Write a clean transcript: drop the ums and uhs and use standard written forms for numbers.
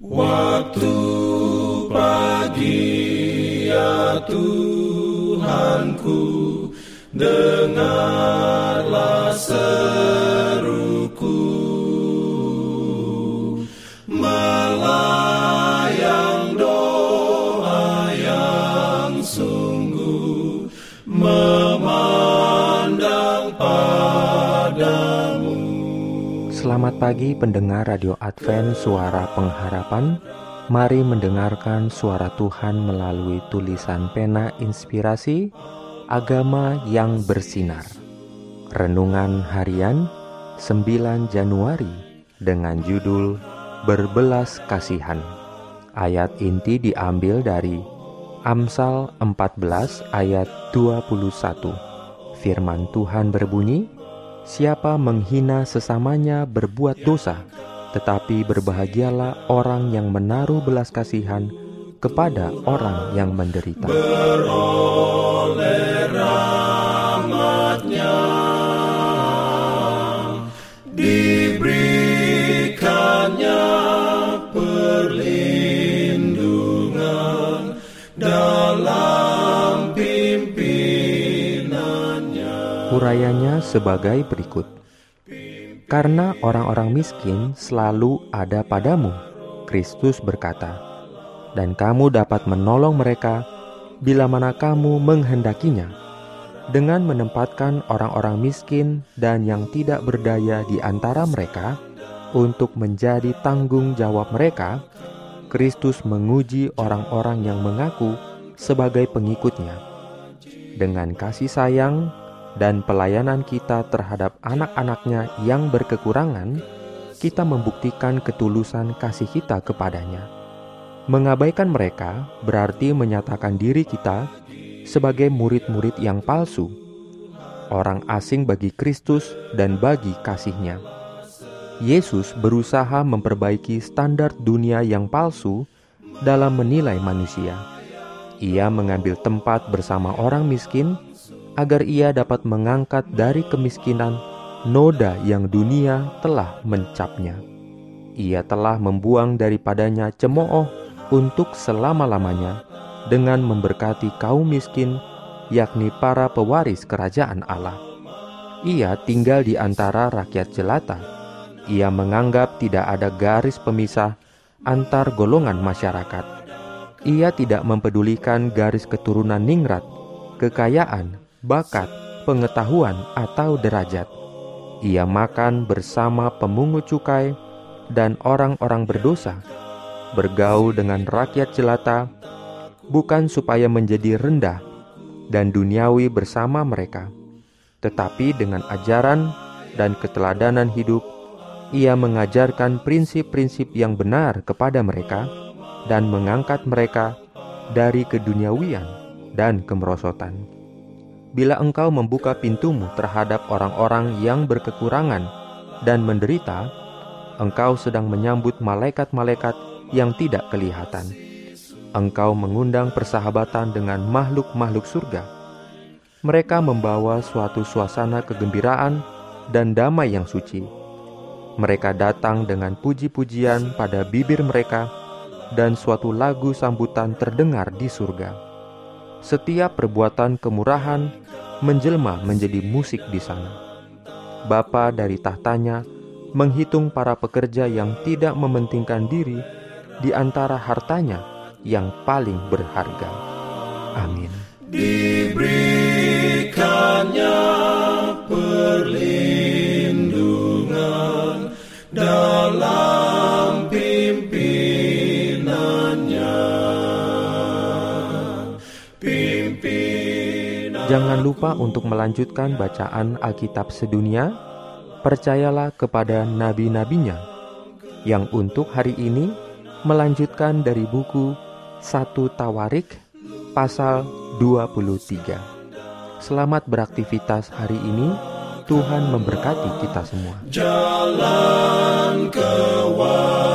Waktu pagi ya Tuhanku, dengarlah seruku, melayang doa yang sungguh, memandang padamu. Selamat pagi pendengar Radio Advent Suara Pengharapan. Mari mendengarkan suara Tuhan melalui tulisan pena inspirasi Agama yang Bersinar. Renungan harian 9 Januari dengan judul Berbelas Kasihan. Ayat inti diambil dari Amsal 14 ayat 21. Firman Tuhan berbunyi, "Siapa menghina sesamanya berbuat dosa, tetapi berbahagialah orang yang menaruh belas kasihan kepada orang yang menderita." Beroleh rahmat-Nya, diberikannya perlindungan dalam pimpinannya. Urayanya sebagai berikut. Karena orang-orang miskin selalu ada padamu, Kristus berkata, dan kamu dapat menolong mereka bila mana kamu menghendakinya, dengan menempatkan orang-orang miskin dan yang tidak berdaya di antara mereka untuk menjadi tanggung jawab mereka. Kristus menguji orang-orang yang mengaku sebagai pengikutnya. Dengan kasih sayang dan pelayanan kita terhadap anak-anaknya yang berkekurangan, kita membuktikan ketulusan kasih kita kepadanya. Mengabaikan mereka berarti menyatakan diri kita sebagai murid-murid yang palsu, orang asing bagi Kristus dan bagi kasih-Nya. Yesus berusaha memperbaiki standar dunia yang palsu dalam menilai manusia. Ia mengambil tempat bersama orang miskin agar ia dapat mengangkat dari kemiskinan noda yang dunia telah mencapnya. Ia telah membuang daripadanya cemooh untuk selama-lamanya dengan memberkati kaum miskin, yakni para pewaris kerajaan Allah. Ia tinggal di antara rakyat jelata. Ia menganggap tidak ada garis pemisah antar golongan masyarakat. Ia tidak mempedulikan garis keturunan ningrat, kekayaan, bakat, pengetahuan, atau derajat. Ia makan bersama pemungut cukai dan orang-orang berdosa, bergaul dengan rakyat jelata, bukan supaya menjadi rendah dan duniawi bersama mereka, tetapi dengan ajaran dan keteladanan hidup, ia mengajarkan prinsip-prinsip yang benar kepada mereka dan mengangkat mereka dari keduniawian dan kemerosotan. Bila engkau membuka pintumu terhadap orang-orang yang berkekurangan dan menderita, engkau sedang menyambut malaikat-malaikat yang tidak kelihatan. Engkau mengundang persahabatan dengan makhluk-makhluk surga. Mereka membawa suatu suasana kegembiraan dan damai yang suci. Mereka datang dengan puji-pujian pada bibir mereka, dan suatu lagu sambutan terdengar di surga. Setiap perbuatan kemurahan menjelma menjadi musik di sana. Bapa dari tahtanya menghitung para pekerja yang tidak mementingkan diri di antara hartanya yang paling berharga. Amin. Diberikannya perlindungan dalam pimpinannya. Jangan lupa untuk melanjutkan bacaan Alkitab sedunia. Percayalah kepada nabi-nabinya, yang untuk hari ini melanjutkan dari buku 1 Tawarik pasal 23. Selamat beraktivitas hari ini. Tuhan memberkati kita semua. Jalan kewajiban